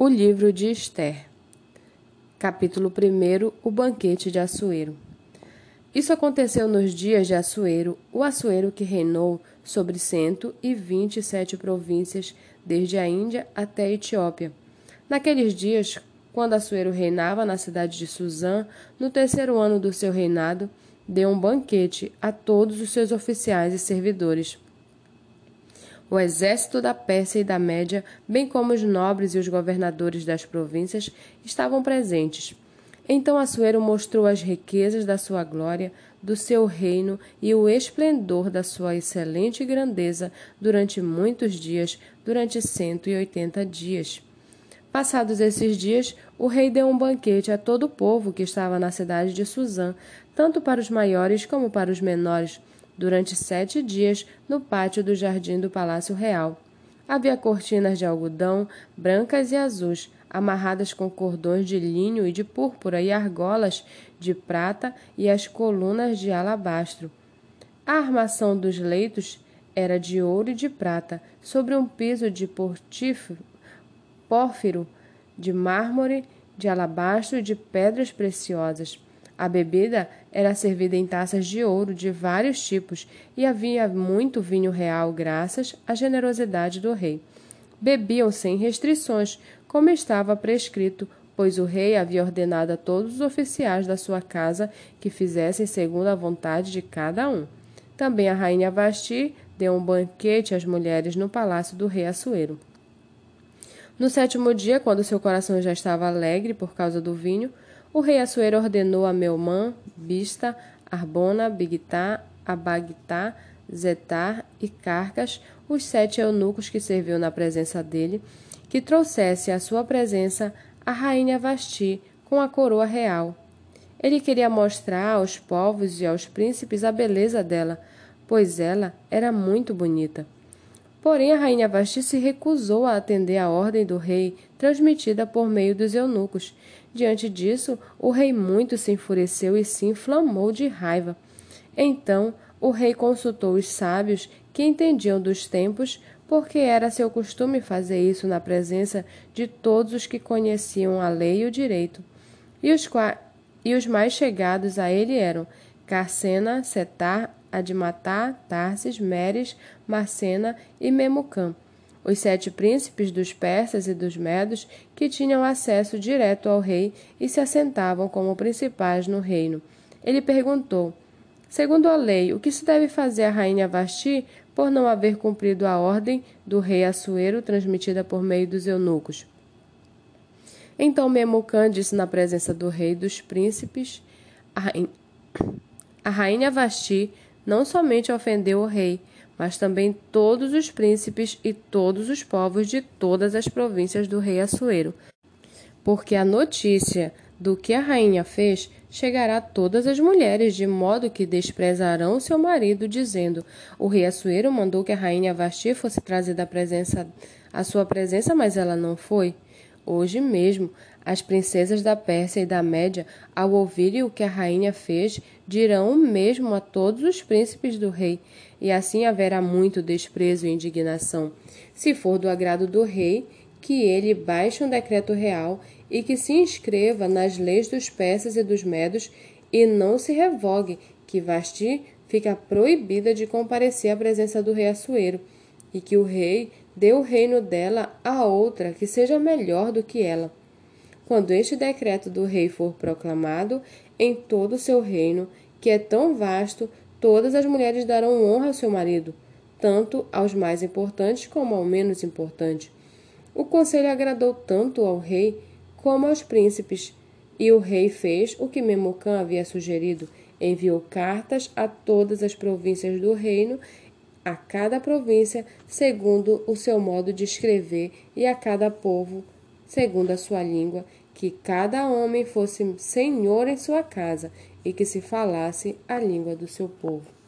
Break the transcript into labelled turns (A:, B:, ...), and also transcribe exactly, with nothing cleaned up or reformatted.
A: O livro de Ester. Capítulo primeiro. O banquete de Assuero. Isso aconteceu nos dias de Assuero, o Assuero que reinou sobre cento e vinte e sete províncias, desde a Índia até a Etiópia. Naqueles dias, quando Assuero reinava na cidade de Susã, no terceiro ano do seu reinado, deu um banquete a todos os seus oficiais e servidores. O exército da Pérsia e da Média, bem como os nobres e os governadores das províncias, estavam presentes. Então Assuero mostrou as riquezas da sua glória, do seu reino e o esplendor da sua excelente grandeza durante muitos dias, durante cento e oitenta dias. Passados esses dias, o rei deu um banquete a todo o povo que estava na cidade de Susã, tanto para os maiores como para os menores, durante sete dias no pátio do jardim do Palácio Real. Havia cortinas de algodão, brancas e azuis, amarradas com cordões de linho e de púrpura e argolas de prata e as colunas de alabastro. A armação dos leitos era de ouro e de prata, sobre um piso de portífero, pórfiro, de mármore, de alabastro e de pedras preciosas. A bebida era servida em taças de ouro de vários tipos e havia muito vinho real graças à generosidade do rei. Bebiam sem restrições, como estava prescrito, pois o rei havia ordenado a todos os oficiais da sua casa que fizessem segundo a vontade de cada um. Também a rainha Vasti deu um banquete às mulheres no palácio do rei Assuero. No sétimo dia, quando seu coração já estava alegre por causa do vinho, o rei Assuero ordenou a Meumã, Bista, Arbona, Bigtá, Abagtá, Zetar e Carcas, os sete eunucos que serviam na presença dele, que trouxesse à sua presença a rainha Vasti com a coroa real. Ele queria mostrar aos povos e aos príncipes a beleza dela, pois ela era muito bonita. Porém, a rainha Vasti se recusou a atender à ordem do rei, transmitida por meio dos eunucos. Diante disso, o rei muito se enfureceu e se inflamou de raiva. Então, o rei consultou os sábios que entendiam dos tempos, porque era seu costume fazer isso na presença de todos os que conheciam a lei e o direito. E os, e os mais chegados a ele eram Carcena, Setar, Admatá, Tarsis, Meres, Marcena e Memucã, os sete príncipes dos persas e dos medos que tinham acesso direto ao rei e se assentavam como principais no reino. Ele perguntou: segundo a lei, o que se deve fazer à rainha Vasti por não haver cumprido a ordem do rei Assuero transmitida por meio dos eunucos? Então Memucã disse na presença do rei e dos príncipes: a rainha, a rainha Vasti não somente ofendeu o rei, mas também todos os príncipes e todos os povos de todas as províncias do rei Assuero, porque a notícia do que a rainha fez chegará a todas as mulheres, de modo que desprezarão seu marido, dizendo: o rei Assuero mandou que a rainha Vasti fosse trazida à, presença, à sua presença, mas ela não foi. Hoje mesmo, as princesas da Pérsia e da Média, ao ouvirem o que a rainha fez, dirão o mesmo a todos os príncipes do rei, e assim haverá muito desprezo e indignação. Se for do agrado do rei, que ele baixe um decreto real e que se inscreva nas leis dos persas e dos medos, e não se revogue, que Vasti fica proibida de comparecer à presença do rei Assuero, e que o rei dê o reino dela a outra que seja melhor do que ela. Quando este decreto do rei for proclamado em todo o seu reino, que é tão vasto, todas as mulheres darão honra ao seu marido, tanto aos mais importantes como ao menos importante. O conselho agradou tanto ao rei como aos príncipes, e o rei fez o que Memucã havia sugerido, enviou cartas a todas as províncias do reino, a cada província segundo o seu modo de escrever e a cada povo segundo a sua língua, que cada homem fosse senhor em sua casa e que se falasse a língua do seu povo.